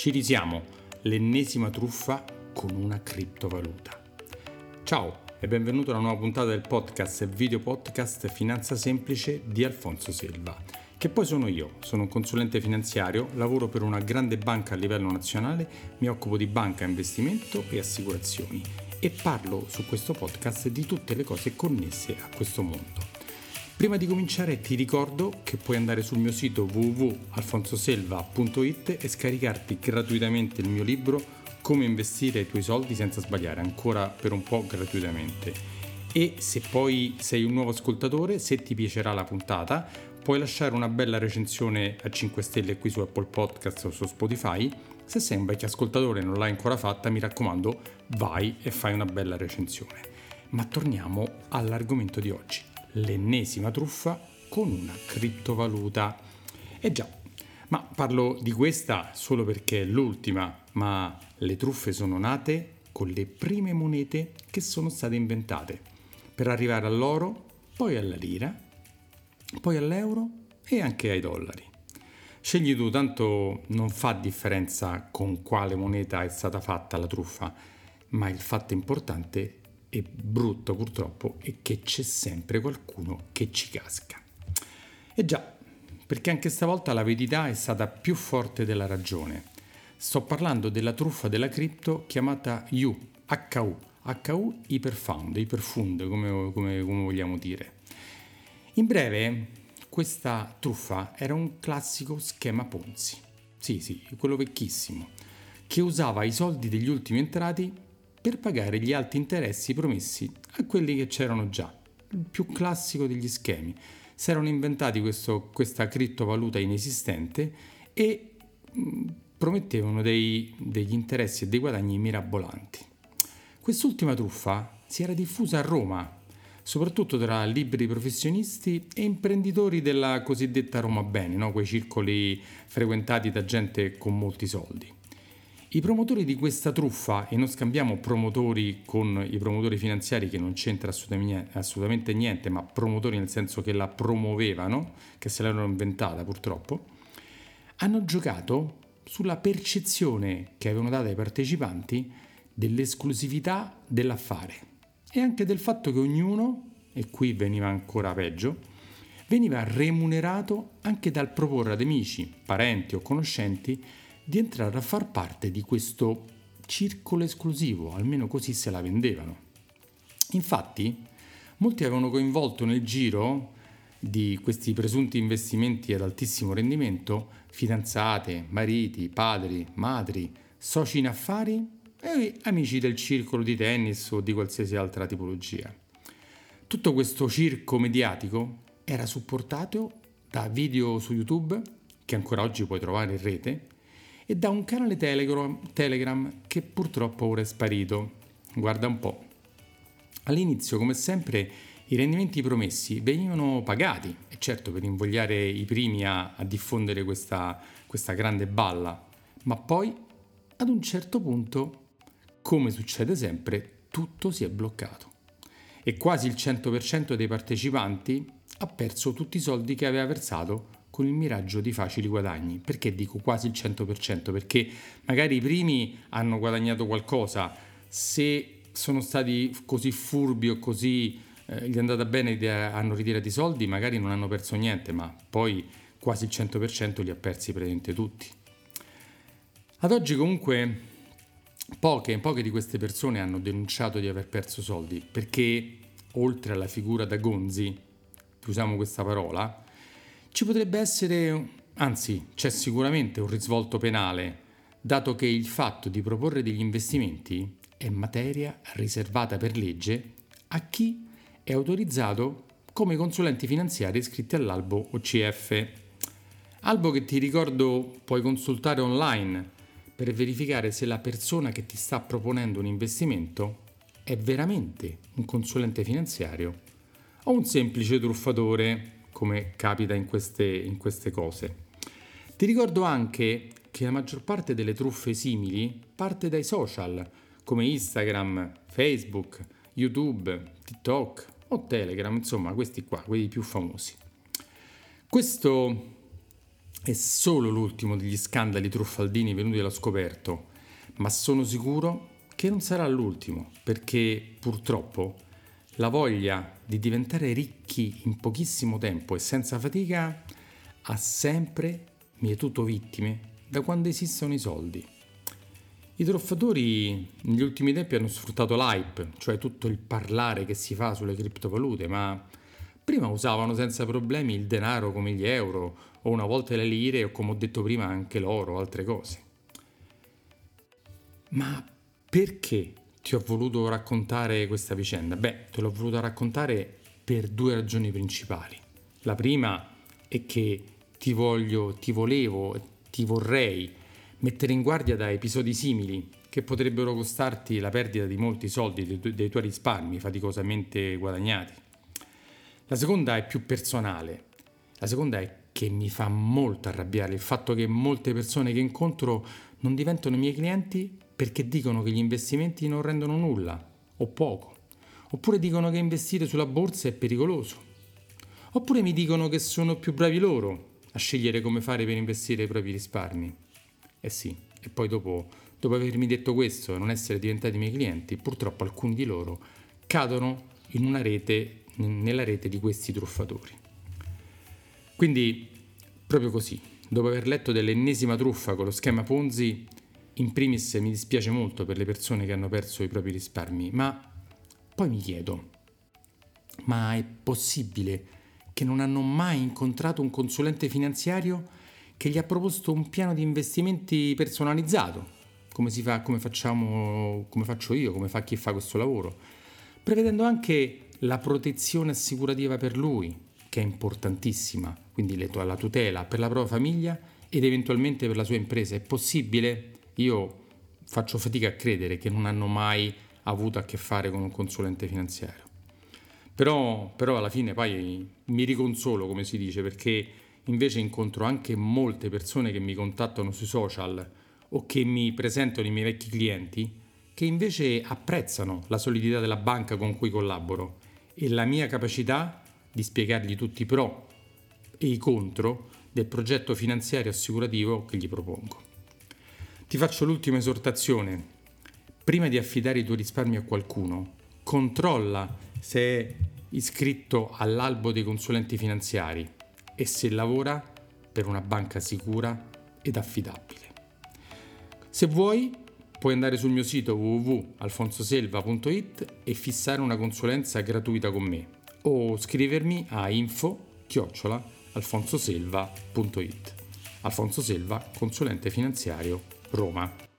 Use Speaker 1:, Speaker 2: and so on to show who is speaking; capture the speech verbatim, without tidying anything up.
Speaker 1: Ci risiamo, l'ennesima truffa con una criptovaluta. Ciao e benvenuto alla nuova puntata del podcast e video podcast Finanza Semplice di Alfonso Selva, che poi sono io, sono un consulente finanziario, lavoro per una grande banca a livello nazionale, mi occupo di banca, investimento e assicurazioni e parlo su questo podcast di tutte le cose connesse a questo mondo. Prima di cominciare ti ricordo che puoi andare sul mio sito w w w punto alfonsoselva punto i t e scaricarti gratuitamente il mio libro Come investire i tuoi soldi senza sbagliare, ancora per un po' gratuitamente. E se poi sei un nuovo ascoltatore, se ti piacerà la puntata, puoi lasciare una bella recensione a cinque stelle qui su Apple Podcast o su Spotify. Se sei un vecchio ascoltatore e non l'hai ancora fatta, mi raccomando, vai e fai una bella recensione. Ma torniamo all'argomento di oggi. L'ennesima truffa con una criptovaluta. Eh già, ma parlo di questa solo perché è l'ultima, ma le truffe sono nate con le prime monete che sono state inventate, per arrivare all'oro, poi alla lira, poi all'euro e anche ai dollari. Scegli tu, tanto non fa differenza con quale moneta è stata fatta la truffa, ma il fatto importante e brutto purtroppo è che c'è sempre qualcuno che ci casca. E già, perché anche stavolta l'avidità è stata più forte della ragione. Sto parlando della truffa della cripto chiamata U, H U, H U Hyperfund, Hyperfund come, come, come vogliamo dire. In breve, questa truffa era un classico schema Ponzi, sì sì, quello vecchissimo, che usava i soldi degli ultimi entrati per pagare gli alti interessi promessi a quelli che c'erano già, il più classico degli schemi. Si erano inventati questo, questa criptovaluta inesistente e mh, promettevano dei, degli interessi e dei guadagni mirabolanti. Quest'ultima truffa si era diffusa a Roma, soprattutto tra liberi professionisti e imprenditori della cosiddetta Roma Bene, no? Quei circoli frequentati da gente con molti soldi. I promotori di questa truffa, e non scambiamo promotori con i promotori finanziari che non c'entra assolutamente niente, ma promotori nel senso che la promuovevano, che se l'erano inventata purtroppo, hanno giocato sulla percezione che avevano dato ai partecipanti dell'esclusività dell'affare e anche del fatto che ognuno, e qui veniva ancora peggio, veniva remunerato anche dal proporre ad amici, parenti o conoscenti di entrare a far parte di questo circolo esclusivo, almeno così se la vendevano. Infatti, molti avevano coinvolto nel giro di questi presunti investimenti ad altissimo rendimento fidanzate, mariti, padri, madri, soci in affari e amici del circolo di tennis o di qualsiasi altra tipologia. Tutto questo circo mediatico era supportato da video su YouTube, che ancora oggi puoi trovare in rete, e da un canale Telegram, Telegram che purtroppo ora è sparito. Guarda un po'. All'inizio, come sempre, i rendimenti promessi venivano pagati, e certo per invogliare i primi a, a diffondere questa, questa grande balla, ma poi, ad un certo punto, come succede sempre, tutto si è bloccato. E quasi il cento per cento dei partecipanti ha perso tutti i soldi che aveva versato con il miraggio di facili guadagni. Perché dico quasi il cento per cento? Perché magari i primi hanno guadagnato qualcosa, se sono stati così furbi o così eh, gli è andata bene e hanno ritirato i soldi, magari non hanno perso niente, ma poi quasi il cento per cento li ha persi praticamente tutti. Ad oggi comunque poche, poche di queste persone hanno denunciato di aver perso soldi, perché oltre alla figura da gonzi, usiamo questa parola, ci potrebbe essere, anzi c'è sicuramente un risvolto penale, dato che il fatto di proporre degli investimenti è materia riservata per legge a chi è autorizzato come consulenti finanziari iscritti all'albo O C F. Albo che, ti ricordo, puoi consultare online per verificare se la persona che ti sta proponendo un investimento è veramente un consulente finanziario o un semplice truffatore, come capita in queste, in queste cose. Ti ricordo anche che la maggior parte delle truffe simili parte dai social, come Instagram, Facebook, YouTube, TikTok o Telegram, insomma questi qua, quelli più famosi. Questo è solo l'ultimo degli scandali truffaldini venuti allo scoperto, ma sono sicuro che non sarà l'ultimo, perché purtroppo la voglia di diventare ricchi in pochissimo tempo e senza fatica ha sempre mietuto vittime da quando esistono i soldi. I truffatori negli ultimi tempi hanno sfruttato l'hype, cioè tutto il parlare che si fa sulle criptovalute, ma prima usavano senza problemi il denaro come gli euro, o una volta le lire, o come ho detto prima anche l'oro o altre cose. Ma perché ti ho voluto raccontare questa vicenda? Beh, te l'ho voluta raccontare per due ragioni principali. La prima è che ti voglio, ti volevo, ti vorrei mettere in guardia da episodi simili che potrebbero costarti la perdita di molti soldi dei, tu- dei tuoi risparmi faticosamente guadagnati. La seconda è più personale. La seconda è che mi fa molto arrabbiare il fatto che molte persone che incontro non diventano miei clienti perché dicono che gli investimenti non rendono nulla o poco, oppure dicono che investire sulla borsa è pericoloso, oppure mi dicono che sono più bravi loro a scegliere come fare per investire i propri risparmi. Eh sì, e poi dopo, dopo avermi detto questo e non essere diventati miei clienti, purtroppo alcuni di loro cadono in una rete, nella rete di questi truffatori. Quindi, proprio così, dopo aver letto dell'ennesima truffa con lo schema Ponzi, in primis mi dispiace molto per le persone che hanno perso i propri risparmi, ma poi mi chiedo, ma è possibile che non hanno mai incontrato un consulente finanziario che gli ha proposto un piano di investimenti personalizzato, come si fa, come facciamo, come faccio io, come fa chi fa questo lavoro, prevedendo anche la protezione assicurativa per lui, che è importantissima, quindi la tutela per la propria famiglia ed eventualmente per la sua impresa. È possibile? Io faccio fatica a credere che non hanno mai avuto a che fare con un consulente finanziario. Però, però alla fine poi mi riconsolo, come si dice, perché invece incontro anche molte persone che mi contattano sui social o che mi presentano i miei vecchi clienti che invece apprezzano la solidità della banca con cui collaboro e la mia capacità di spiegargli tutti i pro e i contro del progetto finanziario assicurativo che gli propongo. Ti faccio l'ultima esortazione. Prima di affidare i tuoi risparmi a qualcuno, controlla se è iscritto all'albo dei consulenti finanziari e se lavora per una banca sicura ed affidabile. Se vuoi, puoi andare sul mio sito w w w punto alfonso selva punto i t e fissare una consulenza gratuita con me o scrivermi a info chiocciola alfonsoselva punto i t. Alfonso Selva, consulente finanziario, Roma.